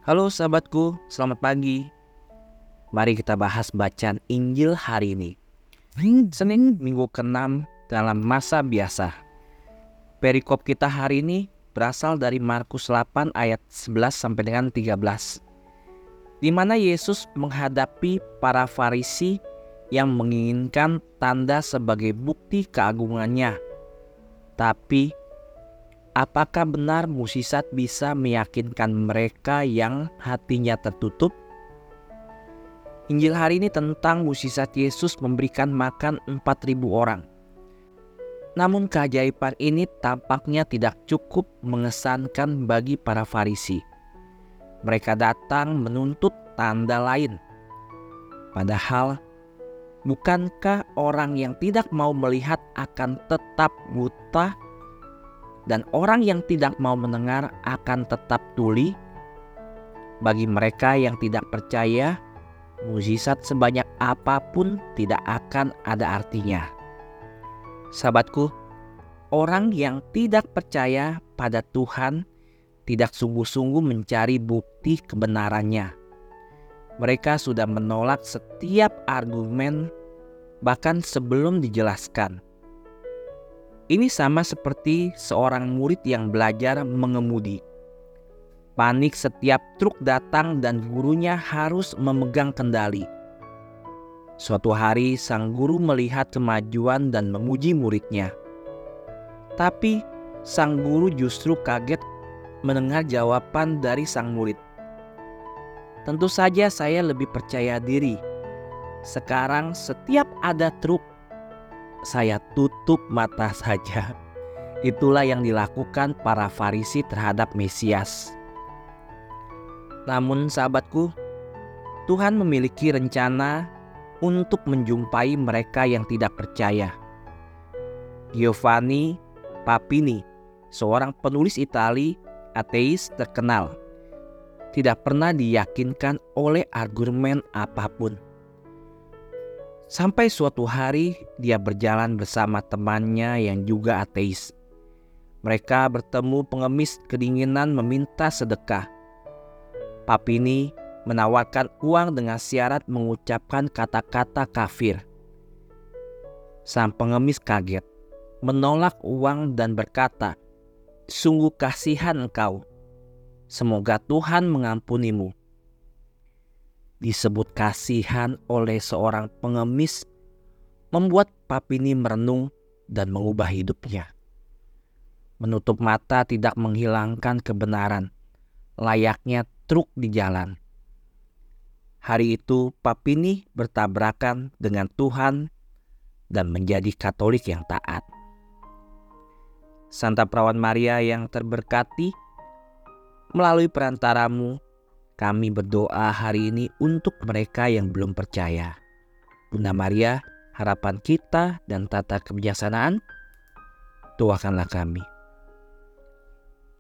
Halo sahabatku, selamat pagi. Mari kita bahas bacaan Injil hari ini. Senin minggu ke-6 dalam masa biasa. Perikop kita hari ini berasal dari Markus 8 ayat 11 sampai dengan 13. Di mana Yesus menghadapi para Farisi yang menginginkan tanda sebagai bukti keagungannya. Tapi apakah benar mukjizat bisa meyakinkan mereka yang hatinya tertutup? Injil hari ini tentang mukjizat Yesus memberikan makan 4.000 orang. Namun keajaiban ini tampaknya tidak cukup mengesankan bagi para Farisi. Mereka datang menuntut tanda lain. Padahal, bukankah orang yang tidak mau melihat akan tetap buta? Dan orang yang tidak mau mendengar akan tetap tuli? Bagi mereka yang tidak percaya, mukjizat sebanyak apapun tidak akan ada artinya. Sahabatku, orang yang tidak percaya pada Tuhan tidak sungguh-sungguh mencari bukti kebenarannya. Mereka sudah menolak setiap argumen bahkan sebelum dijelaskan. Ini sama seperti seorang murid yang belajar mengemudi. Panik setiap truk datang dan gurunya harus memegang kendali. Suatu hari sang guru melihat kemajuan dan memuji muridnya. Tapi sang guru justru kaget mendengar jawaban dari sang murid. Tentu saja saya lebih percaya diri. Sekarang setiap ada truk, saya tutup mata saja. Itulah yang dilakukan para Farisi terhadap Mesias. Namun sahabatku, Tuhan memiliki rencana untuk menjumpai mereka yang tidak percaya. Giovanni Papini, seorang penulis Itali ateis terkenal, tidak pernah diyakinkan oleh argumen apapun. Sampai suatu hari dia berjalan bersama temannya yang juga ateis. Mereka bertemu pengemis kedinginan meminta sedekah. Papini menawarkan uang dengan syarat mengucapkan kata-kata kafir. Sang pengemis kaget, menolak uang dan berkata, "Sungguh kasihan engkau. Semoga Tuhan mengampunimu." Disebut kasihan oleh seorang pengemis membuat Papini merenung dan mengubah hidupnya. Menutup mata tidak menghilangkan kebenaran, layaknya truk di jalan. Hari itu Papini bertabrakan dengan Tuhan dan menjadi Katolik yang taat. Santa Perawan Maria yang terberkati, melalui perantaramu kami berdoa hari ini untuk mereka yang belum percaya. Bunda Maria, harapan kita dan tata kebijaksanaan, doakanlah kami.